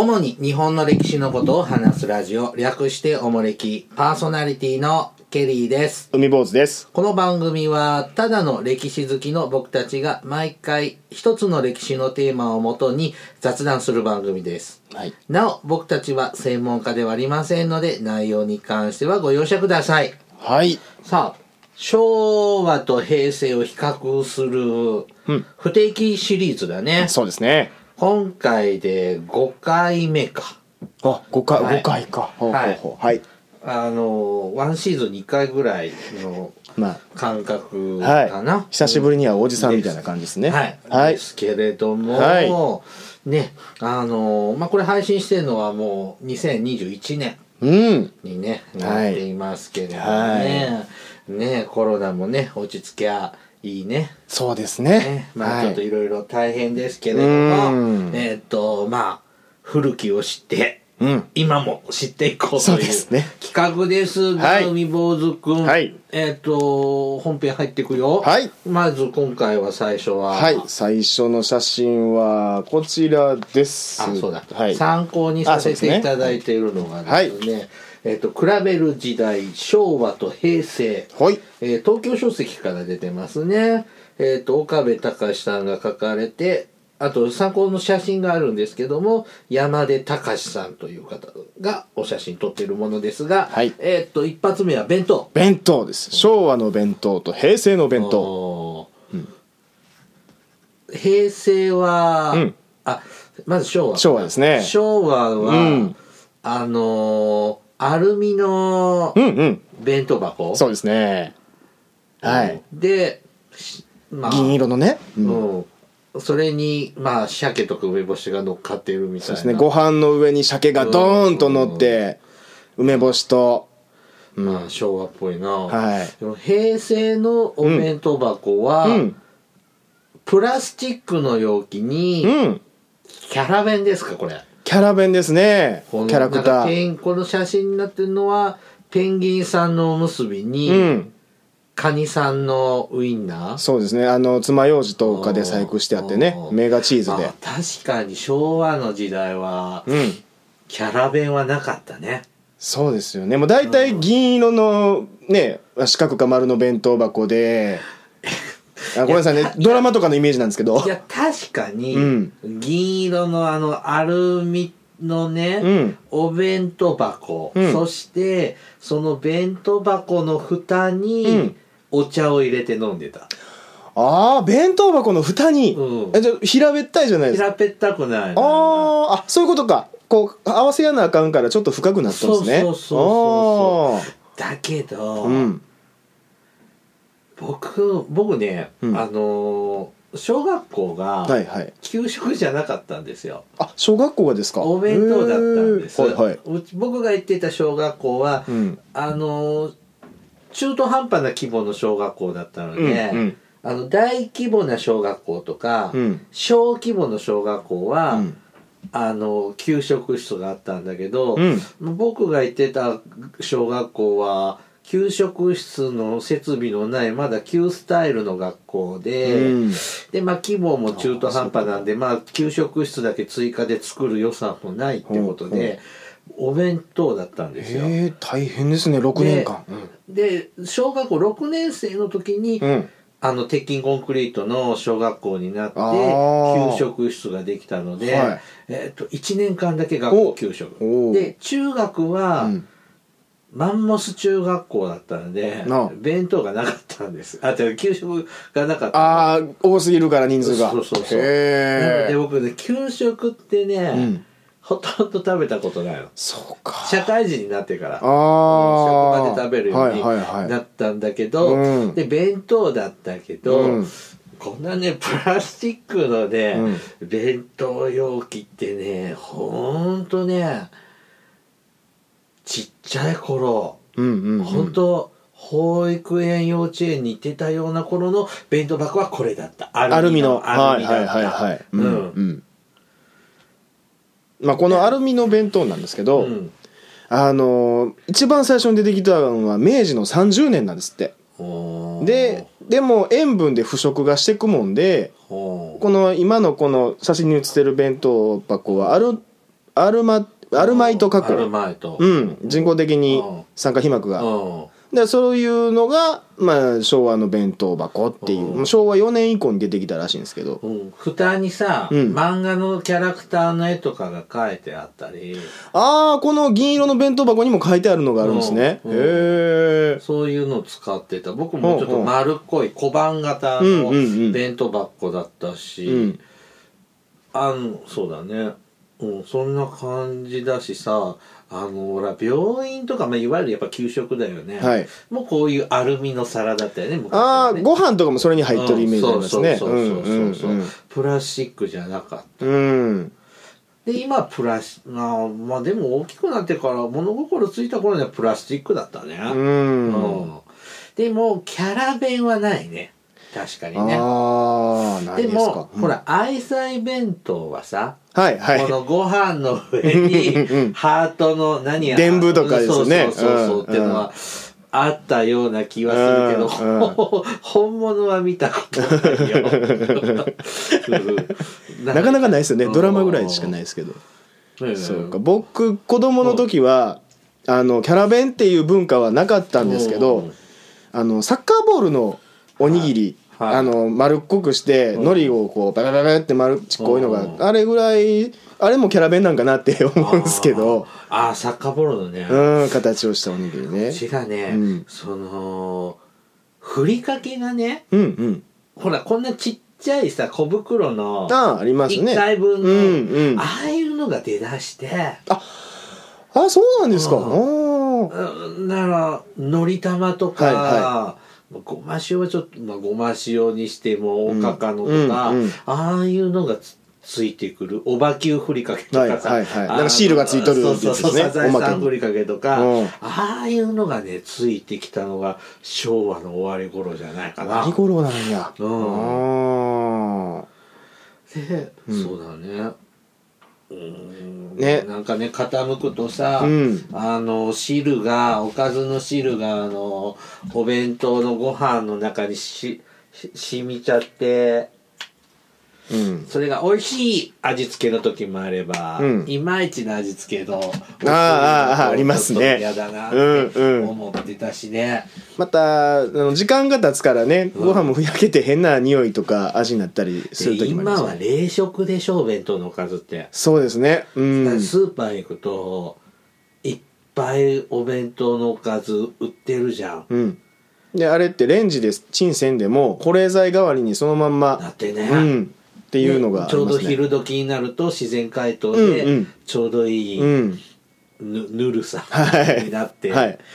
主に日本の歴史のことを話すラジオ、略しておもれき、パーソナリティのケリーです。 海坊主です。 この番組はただの歴史好きの僕たちが毎回一つの歴史のテーマをもとに雑談する番組です。 はい、 なお僕たちは専門家ではありませんので、内容に関してはご容赦ください。 はい。 さあ、昭和と平成を比較する不定期シリーズだね。 そうですね。 今回で5回目か。 あ、5回、 はい 5回か。 はい。 はい。 ワンシーズン2回ぐらいの感覚かな、 はい、久しぶりにはおじさんみたいな感じですね。 はい。 はい、 ですけれども、 はい、 ね、これ配信してるのはもう2021年にね、なっていますけれどもね、ね、コロナもね、落ち着きゃいいね。 そうですね。 まあちょっといろいろ大変ですけれども、古きを知って、今も知っていこうという企画ですが、海坊主くん、本編入っていくよ。はい。まず今回は最初は、 はい、最初の写真はこちらです。 あ、そうだ。はい、参考にさせていただいているのがですね、比べる時代、昭和と平成。はい。東京書籍から出てますね。岡部隆さんが書かれて、あと参考の写真があるんですけども、山出隆さんという方がお写真撮っているものですが、はい、一発目は弁当。 弁当です。昭和の弁当と平成の弁当。 平成は、まず昭和。 昭和ですね。 昭和は、アルミの弁当箱。 そうですね。はい。 で、 銀色のね。 それに鮭とか梅干しが乗っかっているみたいな。 そうですね。ご飯の上に鮭がドーンと乗って、梅干しと、 昭和っぽいな。 はい。 平成のお弁当箱は、プラスチックの容器に、キャラ弁ですか、これ。 キャラ弁ですね。キャラクター。 この写真になってるのは、ペンギンさんのおむすびに、カニさんのウインナー。 そうですね。爪楊枝とかで細工してあってね。メガチーズで。 確かに昭和の時代は、キャラ弁はなかったね。 そうですよね。もう大体銀色のね、四角か丸の弁当箱で、ごめんなさいね。ドラマとかのイメージなんですけど。 いや、確かに、銀色のアルミのね、お弁当箱、そしてその弁当箱の蓋にお茶を入れて飲んでた。 ああ、弁当箱の蓋に、じゃあ平べったいじゃないですか。 平べったくない。 あ、そういうことか。こう合わせやなあかんからちょっと深くなったんですね。 そうだけど、僕ね、小学校が給食じゃなかったんですよ。 あ、小学校がですか。 お弁当だったんです。僕が行ってた小学校は、中途半端な規模の小学校だったので、大規模な小学校とか、小規模の小学校は、給食室があったんだけど、僕が行ってた小学校は給食室の設備のないまだ旧スタイルの学校で、で規模も中途半端なんで給食室だけ追加で作る予算もないってことで、お弁当だったんですよ。 大変ですね、6年間。 で小学校6年生の時に、鉄筋コンクリートの小学校になって給食室ができたので、1年間だけ学校給食で、中学は、マンモス中学校だったので弁当がなかったんです。給食がなかった。 多すぎるから人数が。 そうなので僕ね、給食ってね、ほとんど食べたことないの。 そうか。 社会人になってから職場で食べるようになったんだけど、で弁当だったけど、こんなねプラスチックのね、弁当容器ってね、ほんとねちっちゃい頃、ほんと保育園幼稚園に行ってたような頃の弁当箱はこれだった。アルミのアルミだった。 このアルミの弁当なんですけど、一番最初に出てきたのは明治の30年なんですって。でも塩分で腐食がしていくもんで、この今のこの写真に写ってる弁当箱はアアルマイト加工、人工的に酸化皮膜が、でそういうのが、まあ、昭和の弁当箱っていう、昭和4年以降に出てきたらしいんですけど、 蓋にさ、漫画のキャラクターの絵とかが描いてあったり、 ああこの銀色の弁当箱にも書いてあるのがあるんですね、へえ。 そういうのを使ってた。僕もちょっと丸っこい小判型の弁当箱だったし、そうだね、そんな感じだしさ、ほら病院とか、まあ、いわゆるやっぱ給食だよね、はい、もうこういうアルミの皿だったよね、昔はね。 ご飯とかもそれに入ってるイメージありますね。 プラスチックじゃなかった、で今まあでも大きくなってから物心ついた頃にはプラスチックだったね。でもキャラ弁はないね、確かにね。でもほら愛妻弁当はさ、このご飯の上にハートの何や伝部とかですね、 そうっていうのはあったような気はするけど、本物は見たことないよ。 なかなかないですよね、ドラマぐらいしかないですけど。そうか、僕子供の時はキャラ弁っていう文化はなかったんですけど、サッカーボールのおにぎり、丸っこくして海苔をこうババババって丸っこいのがあれぐらい、あれもキャラ弁なんかなって思うんですけど、 サッカーボールのね、 形をしたおにぎりね。 うちがね、そのふりかけがね、ほらこんなちっちゃいさ小袋の1回分のああいうのが出だして、 そうなんですか。 だからのり玉とか、ごま塩はちょっと、ごま塩にしてもおかかのとか、ああいうのがついてくるおばきゅうふりかけとかさ、 なんかシールがついとるやつですね、 サザエさんふりかけとか、ああいうのがねついてきたのが昭和の終わり頃じゃないかな。 終わり頃なんや。 で、そうだね。なんかね傾くとさ、汁がおかずの汁がお弁当のご飯の中に染みちゃって、それが美味しい味付けの時もあれば、いまいちな味付けのありますね。 嫌だなって思ってたしね。 また時間が経つからね、ご飯もふやけて変な匂いとか味になったりする時もあります。 今は冷食でしょ、弁当のおかずって。 そうですね。 スーパー行くといっぱいお弁当のおかず売ってるじゃん。 であれってレンジでチンせんでも保冷剤代わりにそのまんまだってね、 っていうのがありますね。 ちょうど昼時になると自然解凍でちょうどいいぬるさになって、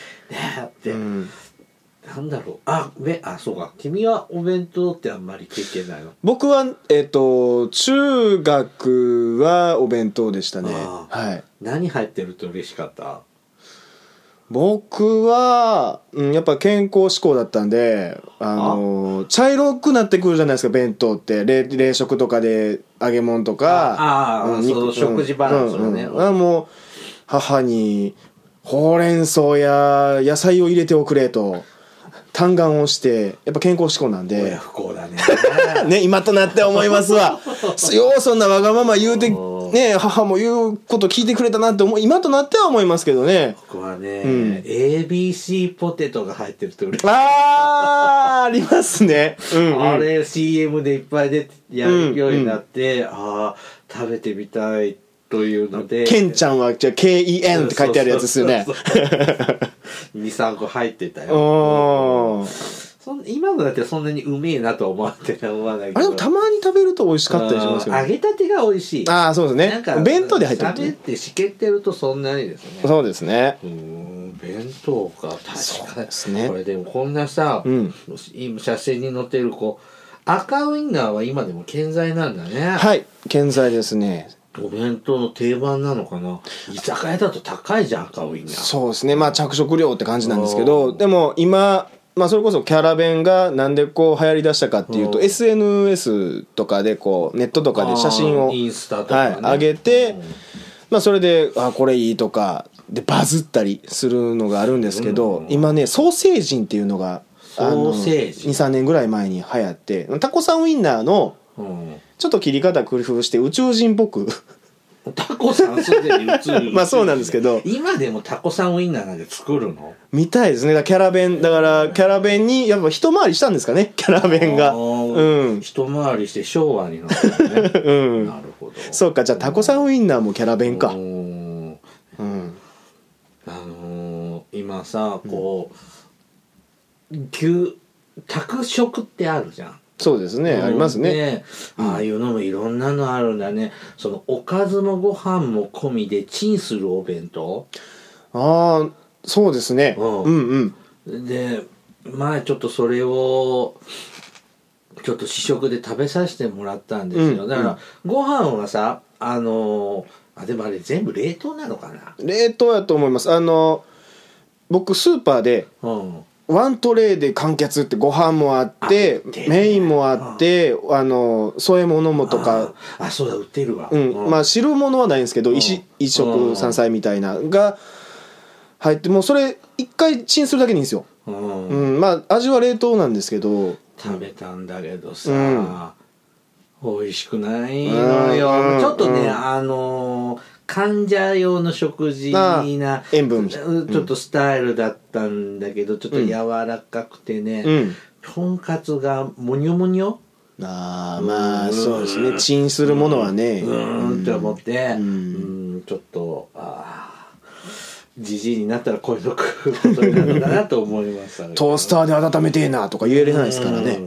なんだろう、そうか、君はお弁当ってあんまり経験ないの？ 僕は中学はお弁当でしたね。 何入ってると嬉しかった？ 僕は、やっぱ健康志向だったんで、茶色くなってくるじゃないですか、弁当って。冷食とかで揚げ物とか。 その食事バランスのね。 もう、母に、ほうれん草や野菜を入れておくれと、嘆願をして、やっぱ健康志向なんで。 親不孝だね。 ね、今となって思いますわ。ようそんなわがまま言うて、ね、母も言うこと聞いてくれたなって今となっては思いますけどね。 僕はね、ABC ポテトが入ってると嬉しい。 ありますね。 あれ CM でいっぱいでやるようになって、食べてみたいというので。 ケンちゃんはじゃあ KEN って書いてあるやつですよね。 2、3個入ってたよ。今のだってそんなにうめえなとは思わないけど。 あれでもたまに食べると美味しかったりしますけど、 揚げたてが美味しい。 そうですね。なんか弁当で入ってると、 食べてしけってるとそんなにですね。 そうですね。 弁当か、確かにですね。 これでもこんなさ、今写真に載ってる赤ウインナーは今でも健在なんだね。 はい、健在ですね。 お弁当の定番なのかな。居酒屋だと高いじゃん、赤ウインナー。 そうですね。着色料って感じなんですけど、でも今それこそキャラ弁がなんで流行りだしたかっていうと、SNS とかでネットとかで写真をインスタとか、 上げて、それでこれいいとかでバズったりするのがあるんですけど、今ねソーセージンっていうのが2、3年ぐらい前に流行って、タコさんウインナーのちょっと切り方工夫して宇宙人っぽくタコさんすでに映るまあそうなんですけど、 今でもタコさんウインナーなんで作るのみたいですね。キャラ弁だから、キャラ弁にやっぱ一回りしたんですかね、キャラ弁が。 一回りして昭和になったね。なるほど。 そうか、じゃあタコさんウインナーもキャラ弁か。 今さこう宅食ってあるじゃん。 そうですね、ありますね。 ああいうのもいろんなのあるんだね。そのおかずもご飯も込みでチンするお弁当。 ああ、そうですね。 で前ちょっとそれをちょっと試食で食べさせてもらったんですよ。だからご飯はさでもあれ全部冷凍なのかな。 冷凍やと思います。僕スーパーで、ワントレーで完結ってご飯もあってメインもあって添え物もとかそうだ売ってるわ。 まあ汁物はないんですけど一食三菜みたいなが入ってもうそれ一回チンするだけでいいんですよ。まあ味は冷凍なんですけど食べたんだけどさ、美味しくないのよ。ちょっとね患者用の食事な塩分ちょっとスタイルだったんだけどちょっと柔らかくてね、とんかつがモニョモニョ。 まあそうですね、チンするものはねって思ってちょっとじじいになったらこういうの食うことになるのかなと思いました、ね、 トースターで温めてえなとか言えれないですからね。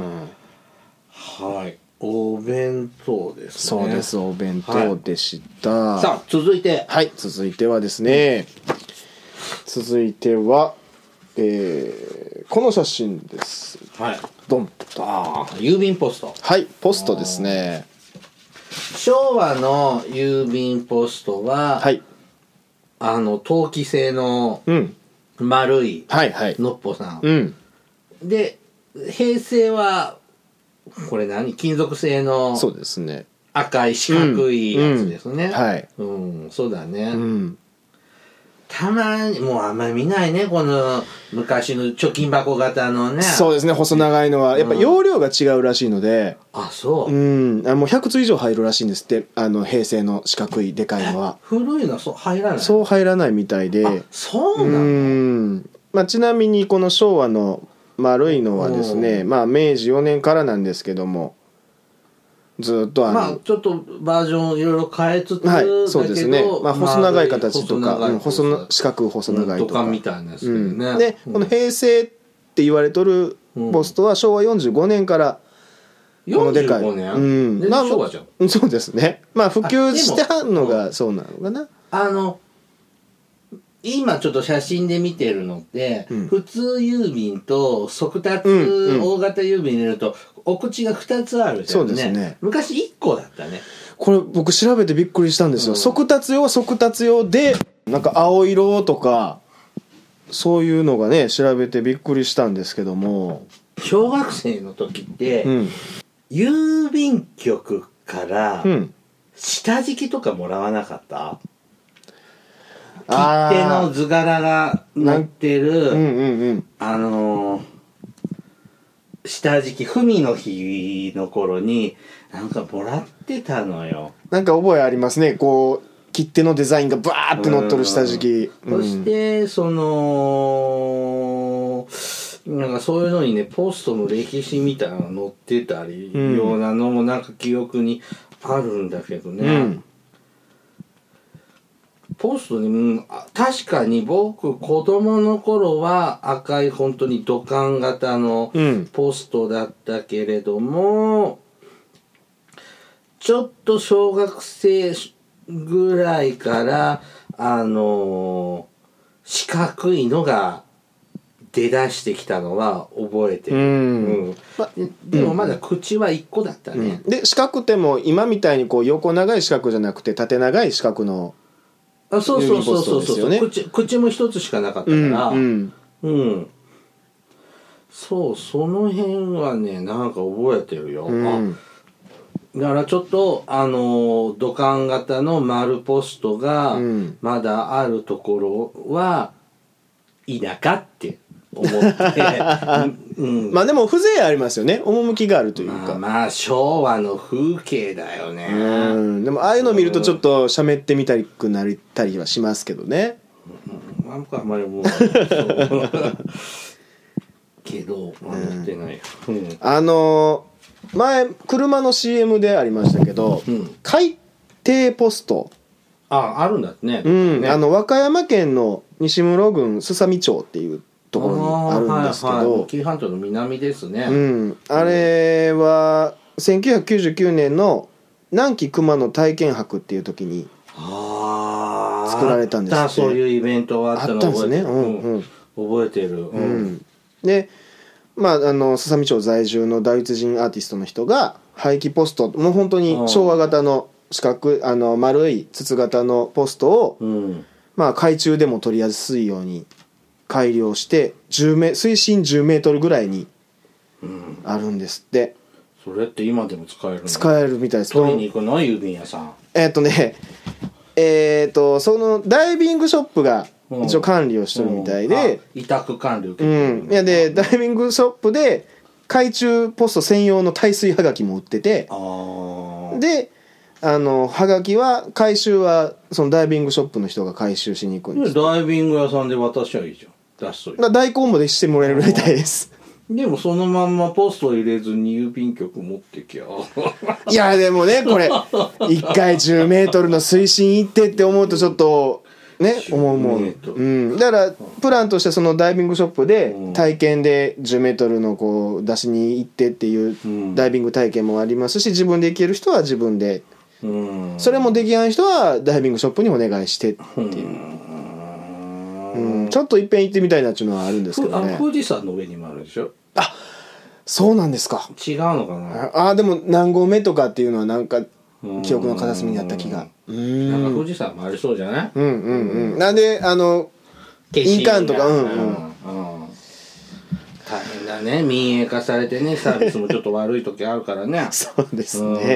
はい、お弁当ですね。 そうです、お弁当でした。 さあ続いて続いてはですね、続いては、この写真です。ドン。 郵便ポスト。 ポストですね。 昭和の郵便ポストは陶器製の丸いのっぽさん、で平成はこれ金属製のそうですね、 赤い四角いやつですね。そうだね。たまにもうあんまり見ないね、この昔の貯金箱型のね。 そうですね、細長いのはやっぱ容量が違うらしいので、 もう 100通以上入るらしいんですって。平成の四角いでかいのは。 古いのは入らない。 そう入らないみたいで。 そうなの。 ちなみにこの昭和の丸いのはですね、明治4年からなんですけども、ずっとちょっとバージョンいろいろ変えつつそうですね、細長い形とか四角細長いとか土管みたいなやつだよね。 でこの平成って言われとるポストは昭和45年からこのでかい 45年昭和じゃん。 そうですね、普及してはんのがそうなのかな。 今ちょっと写真で見てるのって、普通郵便と速達大型郵便入れるとお口が2つあるじゃんね。そうですね。昔1個だったね。 これ僕調べてびっくりしたんですよ。速達用は速達用でなんか青色とかそういうのがね、調べてびっくりしたんですけども、 小学生の時って、郵便局から下敷きとかもらわなかった？切手の図柄が載ってる下敷き、文の日の頃になんかもらってたのよ。 なんか覚えありますね。こう切手のデザインがバーって載っとる下敷き。 そしてなんかそういうのにね、ポストの歴史みたいなの載ってたりようなのもなんか記憶にあるんだけどね。ポストに、確かに僕子供の頃は赤い本当に土管型のポストだったけれども、ちょっと小学生ぐらいから四角いのが出だしてきたのは覚えてる。でもまだ口は1個だったね。 で四角ても今みたいにこう横長い四角じゃなくて縦長い四角のそう口も一つしかなかったからその辺はねなんか覚えてるよ。だからちょっと土管型の丸ポストがまだあるところは田舎って思ってまあでも風情ありますよね。趣があるというか。 まあ昭和の風景だよね。 でもああいうのを見るとちょっとしゃべってみたくなったりはしますけどね。 あんまり思うけど思ってない、 前車の CM でありましたけど、海底ポストあるんだってね、 和歌山県の西室郡すさみ町っていうところにあるんですけど、 紀伊半島の南ですね。 あれは1999年の南紀熊野体験博っていう時に作られたんですって。 そういうイベントがあったのんですね。 覚えてる。 で、すさみ町在住のドイツ人アーティストの人が廃棄ポスト、もう本当に昭和型の四角丸い筒型のポストを、海中でも取りやすいように改良して水深10メートルぐらいにあるんですって。 それって今でも使えるの？ 使えるみたいです。 取りに行くの郵便屋さん。 そのダイビングショップが一応管理をしてるみたいで、 委託管理受けてる。 いやでダイビングショップで海中ポスト専用の耐水はがきも売ってて、ではがきは回収はそのダイビングショップの人が回収しに行くんです。 ダイビング屋さんで渡しゃいいじゃん。出しといて。 代行もでしてもらえるみたいです。 でもそのまんまポスト入れずに郵便局持ってきゃいやでもねこれ1回10メートルの水深行ってって思うとちょっとね思う、だからプランとしてそのダイビングショップで体験で10メートルのこう出しに行ってっていうダイビング体験もありますし、自分で行ける人は自分で、それもできない人はダイビングショップにお願いしてっていう、ちょっといっぺん行ってみたいなっていうのはあるんですけどね。 富士山の上にもあるでしょ。 そうなんですか。 違うのかな。 でも何合目とかっていうのはなんか記憶の片隅にあった気が。 なんか富士山もありそうじゃない？ なんで印鑑とか大変だね。民営化されてね、サービスもちょっと悪い時あるからね。 そうですね。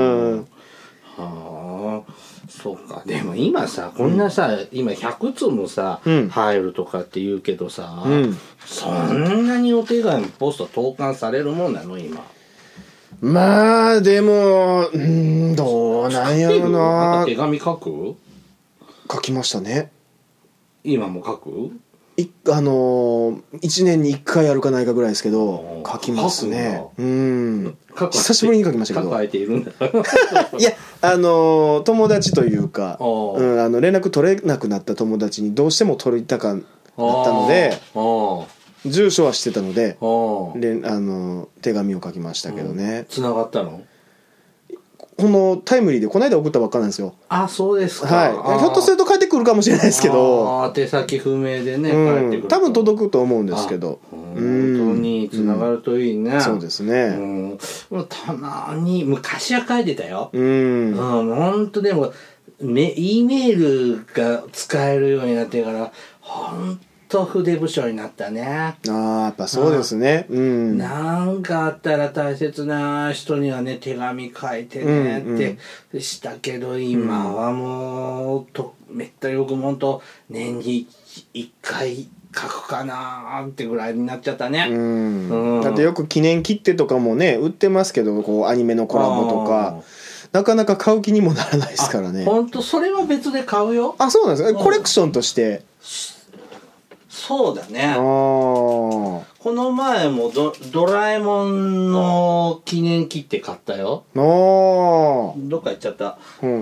そうか。でも今さ、こんなさ、今100通もさ、入るとかって言うけどさ、そんなにお手紙ポスト投函されるもんなの今？ まあでもどうなんやろな。 手紙書く？ 書きましたね。 今も書く ？1年に1回あるかないかぐらいですけど書きますね。久しぶりに書きましたけど。 抱えているんだいや友達というか、連絡取れなくなった友達にどうしても取りたかったので、住所は知ってたので手紙を書きましたけどね。 繋がったの？ このタイムリーでこの間送ったばっかなんですよ。 そうですか。 はい。ひょっとすると帰ってくるかもしれないですけど。 手先不明でね、帰ってくる。 多分届くと思うんですけど。 本当に繋がるといいね。 そうですね。 たまに昔は書いてたよ。本当でもE メールが使えるようになってから本当筆不詳になったね。 やっぱそうですね。 なんかあったら大切な人にはね手紙書いてねってしたけど、今はもうめったに僕もんと年に1回書くかなってぐらいになっちゃったね。 だってよく記念切手とかもね売ってますけど、こうアニメのコラボとかなかなか買う気にもならないですからね。 本当それは別で買うよ。 そうなんですか。コレクションとして。 そうだね。この前もドラえもんの記念切手買ったよ。どっか行っちゃった。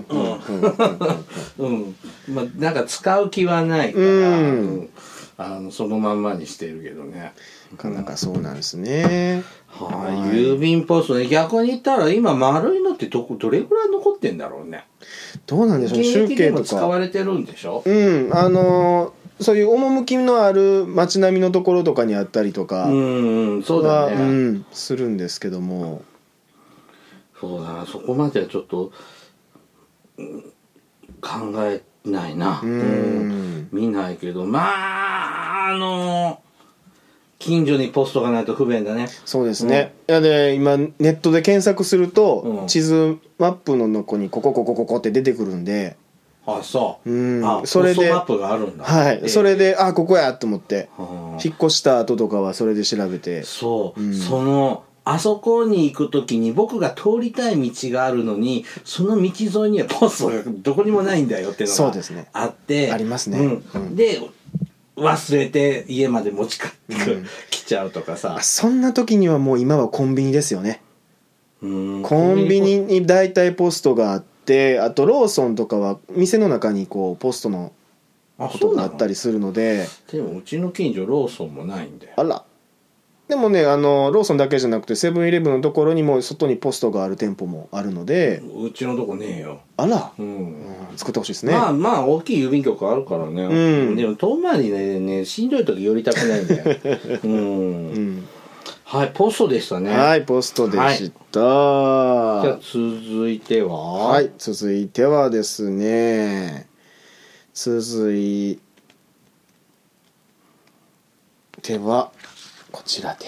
なんか使う気はないからそのまんまにしてるけどね。 なかなかそうなんですね。 郵便ポストね。逆に言ったら今丸いのってどれぐらい残ってんだろうね。 どうなんでしょう。 集計とか使われてるんでしょ。 そういう趣のある街並みのところとかにあったりとかそうだね、 するんですけども、 そうだな、そこまではちょっと、考えないな。見ないけど、近所にポストがないと不便だね。 そうですね。いやで今ネットで検索すると、地図マップの中にここって出てくるんで。 そう。 それでポストマップがあるんだ。 それでここやと思って引っ越した後とかはそれで調べて。 そう、あそこに行くときに僕が通りたい道があるのに、その道沿いにはポストがどこにもないんだよっていうのがあって、 ありますね。 で、忘れて家まで持ち帰ってきちゃうとかさ。 そんな時にはもう今はコンビニですよね。コンビニに大体ポストがあって、あとローソンとかは店の中にこうポストのことがあったりするので。 でもうちの近所ローソンもないんだよ。 あら。でもね、ローソンだけじゃなくてセブンイレブンのところにも外にポストがある店舗もあるので。 うちのとこねえよ。 あら、作ってほしいですね。 まあ大きい郵便局あるからね、でも遠回りでね、しんどい時寄りたくないんだよはい、ポストでしたね。 はい、ポストでした、じゃあ続いては。 はい、続いてはですね、続いてはこちらです。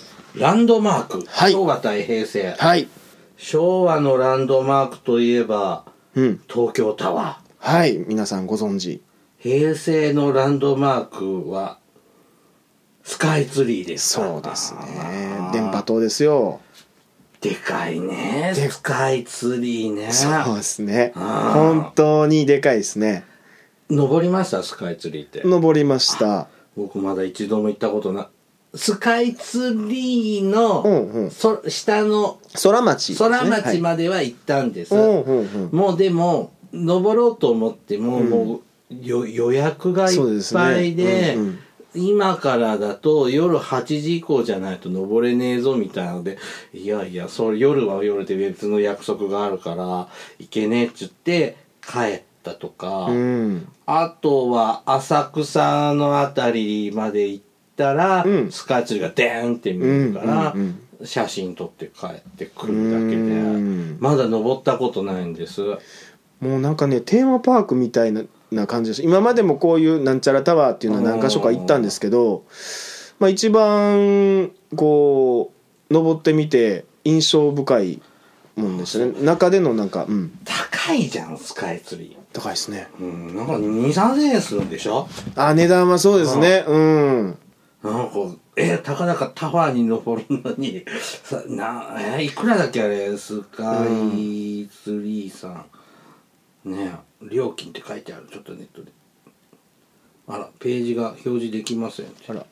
ランドマーク、 はい、 昭和対平成。 はい、 昭和のランドマークといえば、東京タワー。はい、皆さんご存知。 平成のランドマークはスカイツリーです。 そうですね、電波塔ですよ。 でかいね、スカイツリーね。 そうですね、本当にでかいですね。 登りました？スカイツリーって。 登りました。 僕まだ一度も行ったことない。スカイツリーの、下の空町までは行ったんです、もうでも登ろうと思っても、もう予約がいっぱいで、今からだと夜8時以降じゃないと登れねえぞみたいなので、いやいや、それ夜は夜で別の約束があるから行けねえっつって帰ったとか、あとは浅草のあたりまで行ったら、スカイツリーがデーンって見えるから、写真撮って帰ってくるだけで、まだ登ったことないんです。 もうなんかね、テーマパークみたいな感じです。今までもこういうなんちゃらタワーっていうのは何か所か行ったんですけど、一番こう登ってみて印象深いもんでしたね。中でのなんか、 高いじゃん、スカイツリー。 高いですね。 なんか2,3,000円するんでしょ。 値段はそうですね。 なんかたかだかタワーに登るのにいくらだっけあれ、スカイツリーさんね、料金って書いてある。ちょっとネットで、あら、ページが表示できません。あら、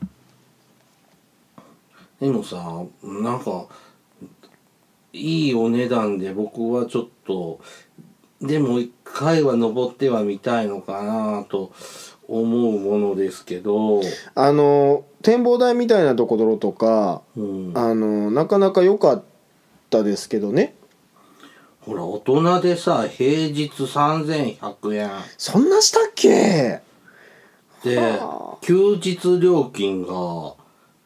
でもさ、なんかいいお値段で、僕はちょっとでも一回は登ってはみたいのかなと思うものですけど、 展望台みたいなところとか、なかなか良かったですけどね。 ほら、大人でさ、平日3,100円。 そんなしたっけ？ で、休日料金が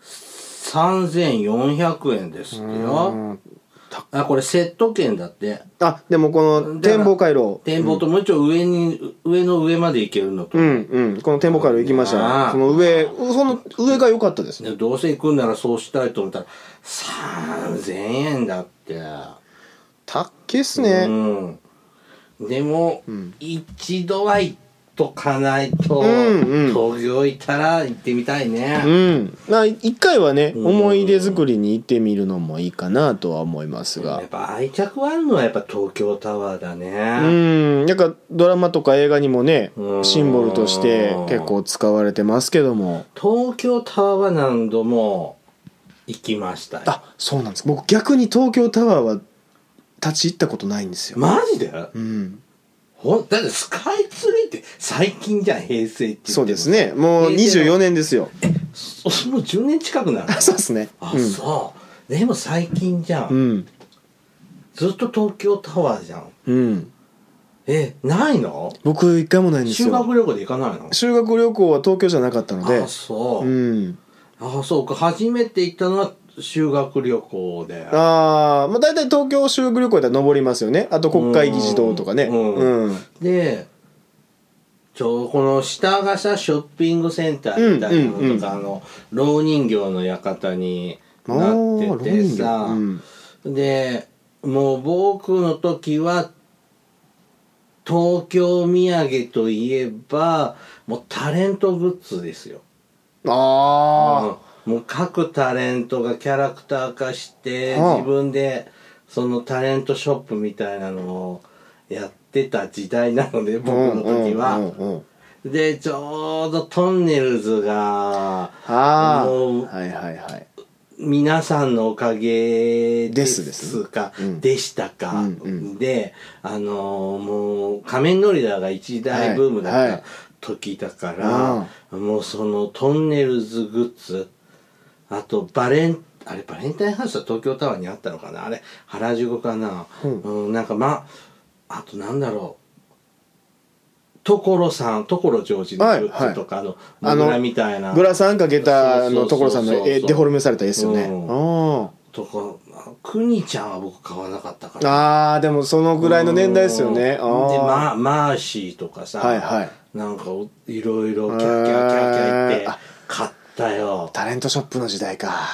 3,400円ですってよ。これセット券だって。 でもこの展望回路、 展望ともう一応上の上まで行けるのと、 この展望回路行きました。その上が良かったですね。 どうせ行くんならそうしたいと思ったら3,000円だって。 たっけっすね。 でも、一度は行っとかないと、東京行ったら行ってみたいね。 一回はね、思い出作りに行ってみるのもいいかなとは思いますが、 やっぱ愛着はあるのはやっぱ東京タワーだね。 なんかドラマとか映画にもね、シンボルとして結構使われてますけども、 東京タワーは何度も行きましたよ。 そうなんです。僕逆に東京タワーは立ち入ったことないんですよ。 マジで？だってスカイツリーって最近じゃん、平成って。 そうですね、もう24年ですよ。 もう10年近くなる。 そうですね。 そうでも最近じゃん、ずっと東京タワーじゃん。ないの？ 僕一回もないんですよ。 修学旅行で行かないの？ 修学旅行は東京じゃなかったので。 そうか、初めて行ったのは修学旅行で。 大体東京修学旅行では登りますよね。あと国会議事堂とかね。 で、この下がさ、ショッピングセンターみたいなのとか、蝋人形の館になっててさ、でもう僕の時は東京土産といえばもうタレントグッズですよ。 ああ、もう各タレントがキャラクター化して自分でそのタレントショップみたいなのをやってた時代なので僕の時は。でちょうどトンネルズがもう、はいはいはい、皆さんのおかげですか、でしたか、でもう仮面ノリダーが一大ブームだった時だから、もうそのトンネルズグッズ、あとバレンタインハウスは東京タワーにあったのかな、あれ原宿かな、なんかあとなんだろう、所ジョージのグッズとかモグラみたいなグラサンかけた所さんのデフォルメされた絵ですよね。 とかくにちゃんは僕買わなかったから、 でもそのぐらいの年代ですよね。でマーシーとかさ、なんかいろいろキャッキャッキャッキャ言って買ったよ。 タレントショップの時代か。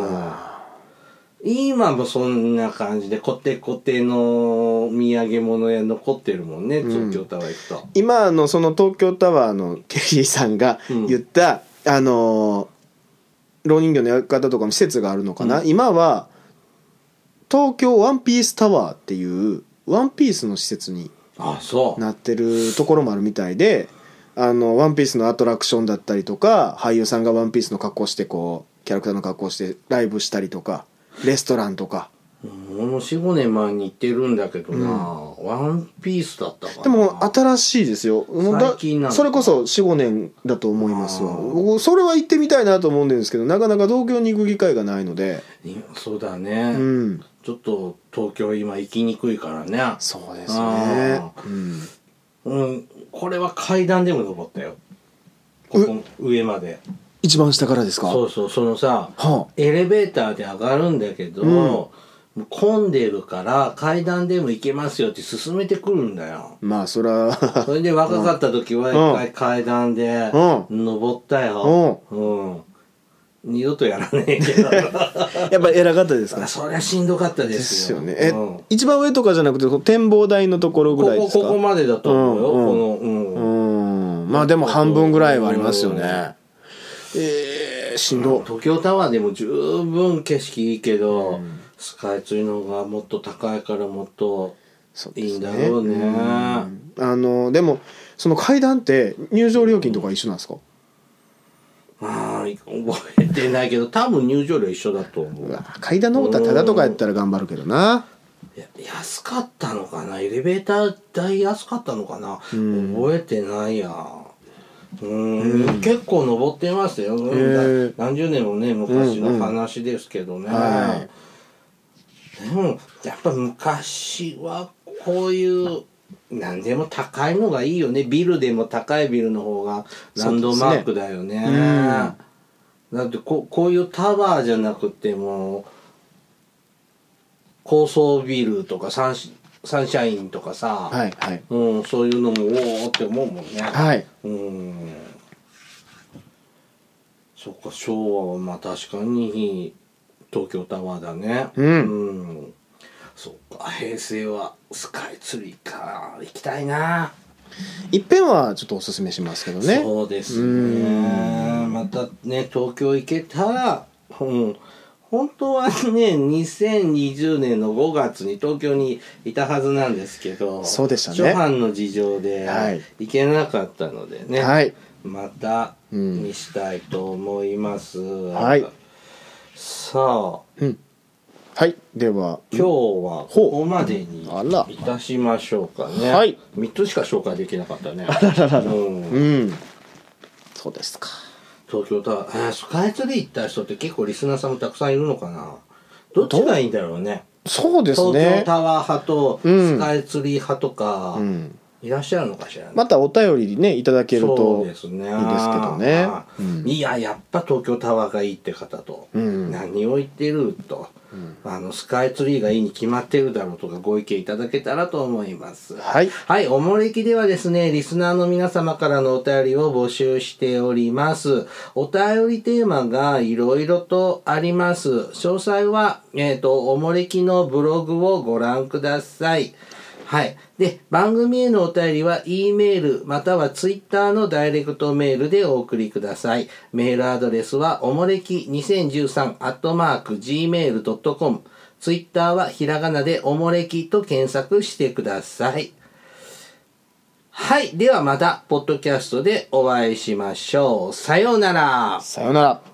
今もそんな感じでコテコテの土産物屋残ってるもんね、東京タワー行くと。 今その東京タワーのケリーさんが言った、蝋人形の館とかの施設があるのかな、今は東京ワンピースタワーっていうワンピースの施設になってるところもあるみたいで、ワンピースのアトラクションだったりとか、俳優さんがワンピースの格好してこうキャラクターの格好してライブしたりとか、レストランとか。 もう 4,5 年前に行ってるんだけどな、ワンピースだったかな。 でも新しいですよ。 最近なんだ。 それこそ 4,5 年だと思いますわ。それは行ってみたいなと思うんですけど、なかなか東京に行く機会がないので。 そうだね、ちょっと東京今行きにくいからね。 そうですね。 これは階段でも登ったよ、ここ上まで。 一番下からですか？ そうそう、そのさ、エレベーターで上がるんだけど、混んでるから階段でも行けますよって勧めてくるんだよ。 まあそらそれで若かった時は一回階段で登ったよ。二度とやらねえけどやっぱ偉かったですか？ そりゃしんどかったですよね。一番上とかじゃなくて展望台のところぐらいですか？ ここまでだと思うよ。 まあでも半分ぐらいはありますよね。しんど。 東京タワーでも十分景色いいけど、スカイツリーの方がもっと高いからもっといいんだろうね。 でもその階段って入場料金とか一緒なんですか？ 覚えてないけど多分入場料一緒だと思う。 階段登ったらタダとかやったら頑張るけどな。 安かったのかな、エレベーター代安かったのかな、覚えてないや。結構登ってますよ。何十年もね昔の話ですけどね。でもやっぱ昔はこういう何でも高いのがいいよね。ビルでも高いビルの方がランドマークだよね。だってこういうタワーじゃなくても高層ビルとかサンシャインとかさ、そういうのもおおって思うもんね。そっか、昭和はまあ確かに東京タワーだね。そっか、平成はスカイツリーか、行きたいな。 いっぺんはちょっとおすすめしますけどね。 そうですね。またね東京行けたら、本当はね2020年の5月に東京にいたはずなんですけど、 そうでしたね。 諸般の事情で行けなかったのでね、またにしたいと思います。さあ、 では今日はここまでにいたしましょうかね。3つしか紹介できなかったね。 そうですか。 東京タワー、スカイツリー行った人って結構リスナーさんもたくさんいるのかな。どっちがいいんだろうね。 そうですね。 東京タワー派とスカイツリー派とかいらっしゃるのかしらね。 またお便りねいただけるといいですけどね。 いややっぱ東京タワーがいいって方と、何を言ってると、スカイツリーがいいに決まってるだろうとかご意見いただけたらと思います。おもれきではですね、リスナーの皆様からのお便りを募集しております。お便りテーマがいろいろとあります。詳細はおもれきのブログをご覧ください。 はい。で、番組へのお便りは E メールまたは Twitter のダイレクトメールでお送りください。メールアドレスはおもれき2013@gmail.com。Twitter はひらがなでおもれきと検索してください。はい。ではまた、ポッドキャストでお会いしましょう。さようなら。 さようなら。